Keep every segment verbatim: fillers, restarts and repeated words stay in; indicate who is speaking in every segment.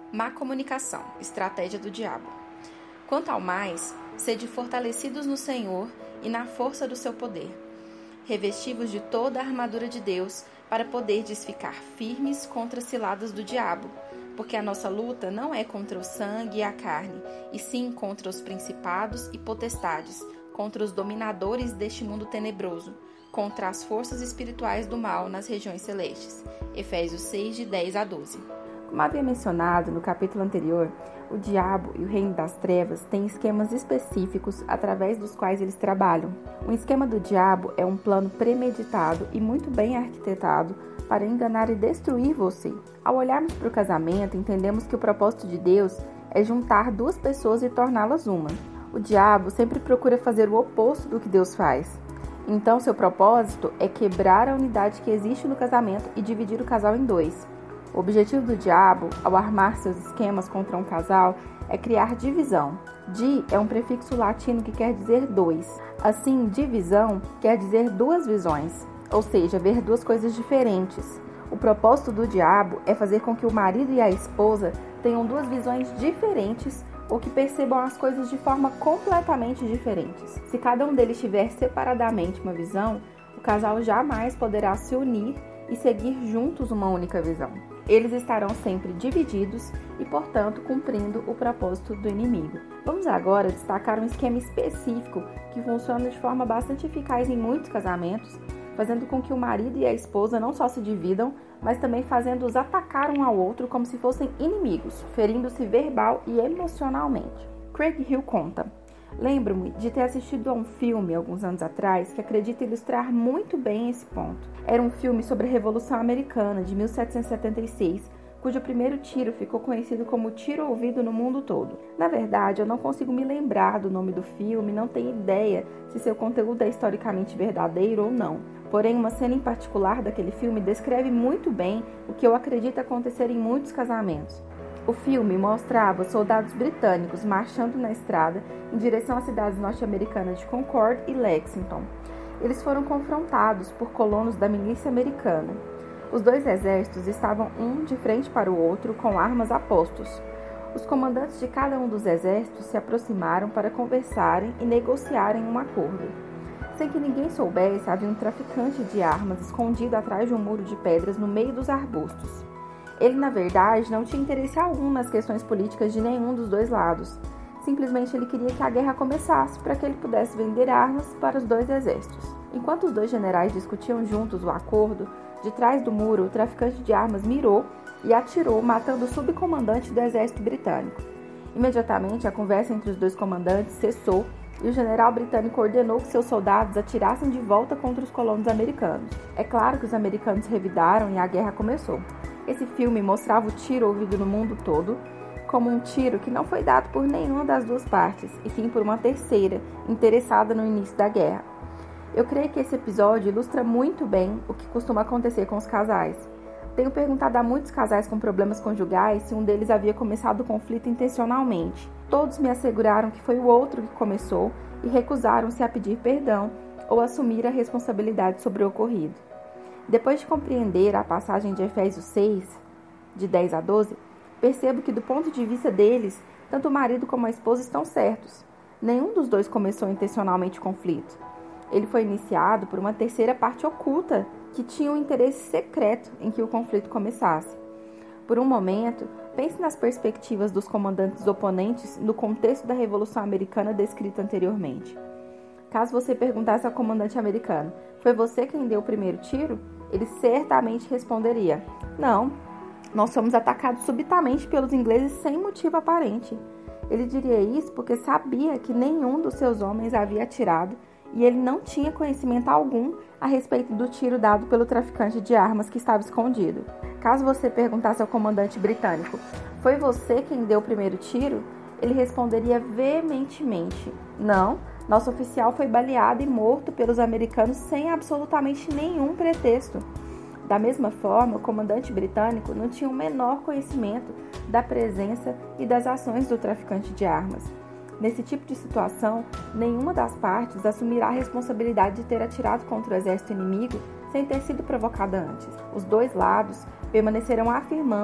Speaker 1: Má comunicação, estratégia do diabo. Quanto ao mais, sede fortalecidos no Senhor e na força do seu poder. Revestivos de toda a armadura de Deus, para poderdes ficar firmes contra as ciladas do diabo, porque a nossa luta não é contra o sangue e a carne, e sim contra os principados e potestades, contra os dominadores deste mundo tenebroso, contra as forças espirituais do mal nas regiões celestes. Efésios seis, de dez a doze. Como havia mencionado no capítulo anterior, o diabo e o reino das trevas têm esquemas específicos através dos quais eles trabalham. O esquema do diabo é um plano premeditado e muito bem arquitetado para enganar e destruir você. Ao olharmos para o casamento, entendemos que o propósito de Deus é juntar duas pessoas e torná-las uma. O diabo sempre procura fazer o oposto do que Deus faz. Então, seu propósito é quebrar a unidade que existe no casamento e dividir o casal em dois. O objetivo do diabo, ao armar seus esquemas contra um casal, é criar divisão. Di é um prefixo latino que quer dizer dois. Assim, divisão quer dizer duas visões, ou seja, ver duas coisas diferentes. O propósito do diabo é fazer com que o marido e a esposa tenham duas visões diferentes ou que percebam as coisas de forma completamente diferentes. Se cada um deles tiver separadamente uma visão, o casal jamais poderá se unir e seguir juntos uma única visão. Eles estarão sempre divididos e, portanto, cumprindo o propósito do inimigo. Vamos agora destacar um esquema específico que funciona de forma bastante eficaz em muitos casamentos, fazendo com que o marido e a esposa não só se dividam, mas também fazendo-os atacar um ao outro como se fossem inimigos, ferindo-se verbal e emocionalmente. Craig Hill conta: lembro-me de ter assistido a um filme alguns anos atrás que acredita ilustrar muito bem esse ponto. Era um filme sobre a Revolução Americana de mil setecentos e setenta e seis, cujo primeiro tiro ficou conhecido como tiro ouvido no mundo todo. Na verdade, eu não consigo me lembrar do nome do filme, não tenho ideia se seu conteúdo é historicamente verdadeiro ou não. Porém, uma cena em particular daquele filme descreve muito bem o que eu acredito acontecer em muitos casamentos. O filme mostrava soldados britânicos marchando na estrada em direção às cidades norte-americanas de Concord e Lexington. Eles foram confrontados por colonos da milícia americana. Os dois exércitos estavam um de frente para o outro com armas a postos. Os comandantes de cada um dos exércitos se aproximaram para conversarem e negociarem um acordo. Sem que ninguém soubesse, havia um traficante de armas escondido atrás de um muro de pedras no meio dos arbustos. Ele, na verdade, não tinha interesse algum nas questões políticas de nenhum dos dois lados. Simplesmente ele queria que a guerra começasse para que ele pudesse vender armas para os dois exércitos. Enquanto os dois generais discutiam juntos o acordo, de trás do muro, o traficante de armas mirou e atirou, matando o subcomandante do exército britânico. Imediatamente, a conversa entre os dois comandantes cessou e o general britânico ordenou que seus soldados atirassem de volta contra os colonos americanos. É claro que os americanos revidaram e a guerra começou. Esse filme mostrava o tiro ouvido no mundo todo como um tiro que não foi dado por nenhuma das duas partes, e sim por uma terceira, interessada no início da guerra. Eu creio que esse episódio ilustra muito bem o que costuma acontecer com os casais. Tenho perguntado a muitos casais com problemas conjugais se um deles havia começado o conflito intencionalmente. Todos me asseguraram que foi o outro que começou e recusaram-se a pedir perdão ou assumir a responsabilidade sobre o ocorrido. Depois de compreender a passagem de Efésios seis, de dez a doze, percebo que do ponto de vista deles, tanto o marido como a esposa estão certos. Nenhum dos dois começou intencionalmente o conflito. Ele foi iniciado por uma terceira parte oculta que tinha um interesse secreto em que o conflito começasse. Por um momento, pense nas perspectivas dos comandantes oponentes no contexto da Revolução Americana descrita anteriormente. Caso você perguntasse ao comandante americano: foi você quem deu o primeiro tiro? Ele certamente responderia: não, nós fomos atacados subitamente pelos ingleses sem motivo aparente. Ele diria isso porque sabia que nenhum dos seus homens havia atirado e ele não tinha conhecimento algum a respeito do tiro dado pelo traficante de armas que estava escondido. Caso você perguntasse ao comandante britânico: foi você quem deu o primeiro tiro? Ele responderia veementemente: não, nosso oficial foi baleado e morto pelos americanos sem absolutamente nenhum pretexto. Da mesma forma, o comandante britânico não tinha o menor conhecimento da presença e das ações do traficante de armas. Nesse tipo de situação, nenhuma das partes assumirá a responsabilidade de ter atirado contra o exército inimigo sem ter sido provocada antes. Os dois lados permanecerão afirmando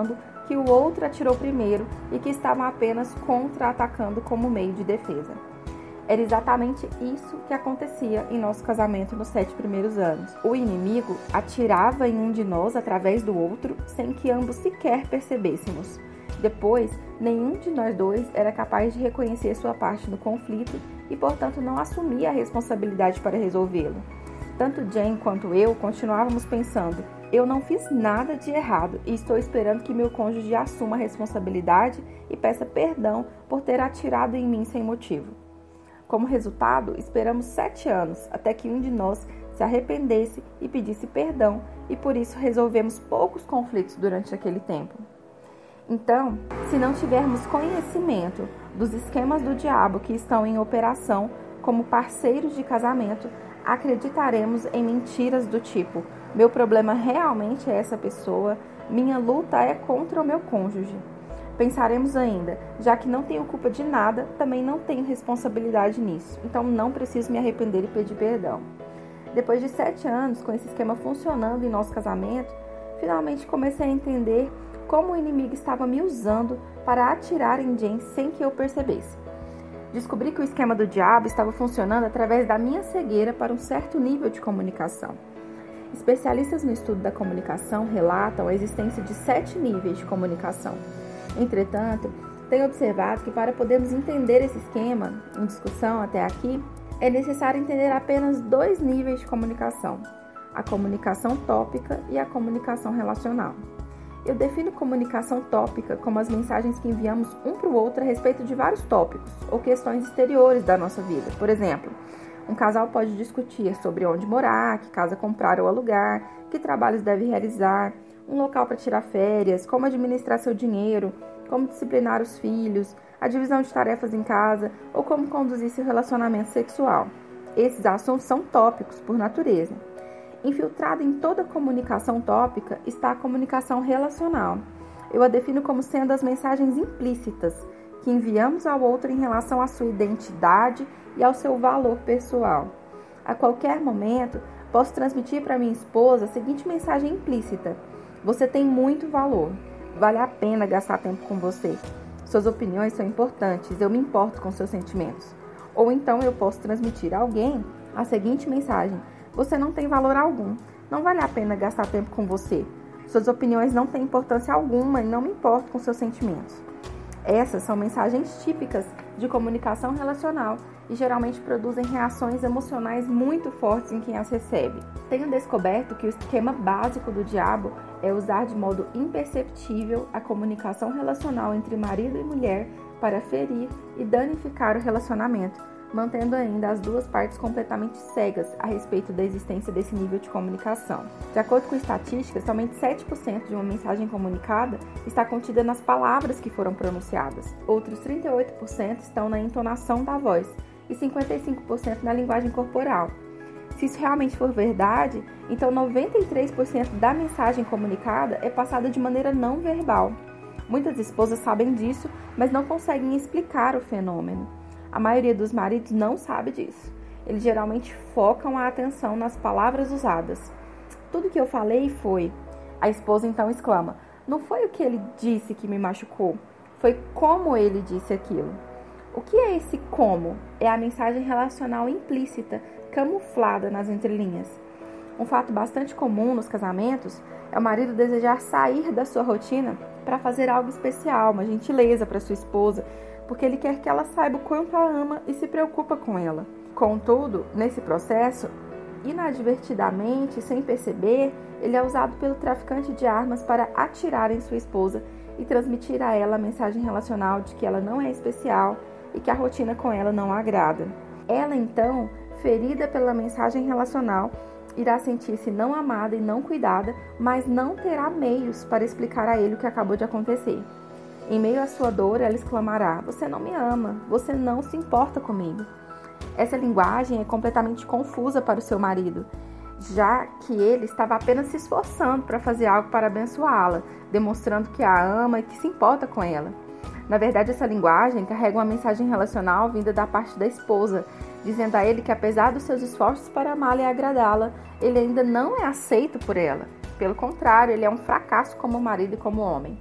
Speaker 1: que o outro atirou primeiro e que estavam apenas contra-atacando como meio de defesa. Era exatamente isso que acontecia em nosso casamento nos sete primeiros anos. O inimigo atirava em um de nós através do outro, sem que ambos sequer percebêssemos. Depois, nenhum de nós dois era capaz de reconhecer sua parte no conflito e, portanto, não assumia a responsabilidade para resolvê-lo. Tanto Jane quanto eu continuávamos pensando: eu não fiz nada de errado e estou esperando que meu cônjuge assuma a responsabilidade e peça perdão por ter atirado em mim sem motivo. Como resultado, esperamos sete anos até que um de nós se arrependesse e pedisse perdão, e por isso resolvemos poucos conflitos durante aquele tempo. Então, se não tivermos conhecimento dos esquemas do diabo que estão em operação como parceiros de casamento, acreditaremos em mentiras do tipo: meu problema realmente é essa pessoa, minha luta é contra o meu cônjuge. Pensaremos ainda: já que não tenho culpa de nada, também não tenho responsabilidade nisso, então não preciso me arrepender e pedir perdão. Depois de sete anos com esse esquema funcionando em nosso casamento, finalmente comecei a entender como o inimigo estava me usando para atirar em Jane sem que eu percebesse. Descobri que o esquema do diabo estava funcionando através da minha cegueira para um certo nível de comunicação. Especialistas no estudo da comunicação relatam a existência de sete níveis de comunicação. Entretanto, tenho observado que para podermos entender esse esquema em discussão até aqui, é necessário entender apenas dois níveis de comunicação: a comunicação tópica e a comunicação relacional. Eu defino comunicação tópica como as mensagens que enviamos um para o outro a respeito de vários tópicos ou questões exteriores da nossa vida. Por exemplo, um casal pode discutir sobre onde morar, que casa comprar ou alugar, que trabalhos deve realizar, um local para tirar férias, como administrar seu dinheiro, como disciplinar os filhos, a divisão de tarefas em casa ou como conduzir seu relacionamento sexual. Esses assuntos são tópicos por natureza. Infiltrada em toda comunicação tópica está a comunicação relacional. Eu a defino como sendo as mensagens implícitas que enviamos ao outro em relação à sua identidade e ao seu valor pessoal. A qualquer momento, posso transmitir para minha esposa a seguinte mensagem implícita: você tem muito valor, vale a pena gastar tempo com você. Suas opiniões são importantes, eu me importo com seus sentimentos. Ou então eu posso transmitir a alguém a seguinte mensagem: você não tem valor algum, não vale a pena gastar tempo com você. Suas opiniões não têm importância alguma e não me importo com seus sentimentos. Essas são mensagens típicas de comunicação relacional e geralmente produzem reações emocionais muito fortes em quem as recebe. Tenho descoberto que o esquema básico do diabo é usar de modo imperceptível a comunicação relacional entre marido e mulher para ferir e danificar o relacionamento, mantendo ainda as duas partes completamente cegas a respeito da existência desse nível de comunicação. De acordo com estatísticas, somente sete por cento de uma mensagem comunicada está contida nas palavras que foram pronunciadas. Outros trinta e oito por cento estão na entonação da voz e cinquenta e cinco por cento na linguagem corporal. Se isso realmente for verdade, então noventa e três por cento da mensagem comunicada é passada de maneira não verbal. Muitas esposas sabem disso, mas não conseguem explicar o fenômeno. A maioria dos maridos não sabe disso. Eles geralmente focam a atenção nas palavras usadas. Tudo que eu falei foi... A esposa então exclama: não foi o que ele disse que me machucou, foi como ele disse aquilo. O que é esse como? É a mensagem relacional implícita, camuflada nas entrelinhas. Um fato bastante comum nos casamentos é o marido desejar sair da sua rotina para fazer algo especial, uma gentileza para sua esposa, porque ele quer que ela saiba o quanto a ama e se preocupa com ela. Contudo, nesse processo, inadvertidamente, sem perceber, ele é usado pelo traficante de armas para atirar em sua esposa e transmitir a ela a mensagem relacional de que ela não é especial e que a rotina com ela não a agrada. Ela, então, ferida pela mensagem relacional, irá sentir-se não amada e não cuidada, mas não terá meios para explicar a ele o que acabou de acontecer. Em meio à sua dor, ela exclamará: você não me ama, você não se importa comigo. Essa linguagem é completamente confusa para o seu marido, já que ele estava apenas se esforçando para fazer algo para abençoá-la, demonstrando que a ama e que se importa com ela. Na verdade, essa linguagem carrega uma mensagem relacional vinda da parte da esposa, dizendo a ele que apesar dos seus esforços para amá-la e agradá-la, ele ainda não é aceito por ela. Pelo contrário, ele é um fracasso como marido e como homem.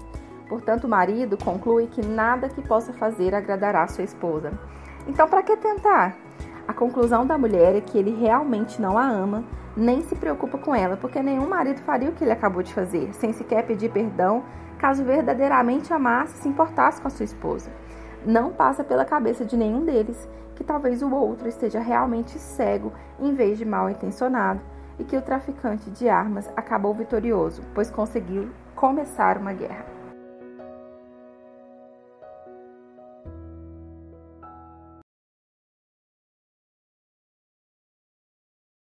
Speaker 1: Portanto, o marido conclui que nada que possa fazer agradará sua esposa. Então, para que tentar? A conclusão da mulher é que ele realmente não a ama, nem se preocupa com ela, porque nenhum marido faria o que ele acabou de fazer, sem sequer pedir perdão, caso verdadeiramente amasse e se importasse com a sua esposa. Não passa pela cabeça de nenhum deles que talvez o outro esteja realmente cego em vez de mal intencionado e que o traficante de armas acabou vitorioso, pois conseguiu começar uma guerra.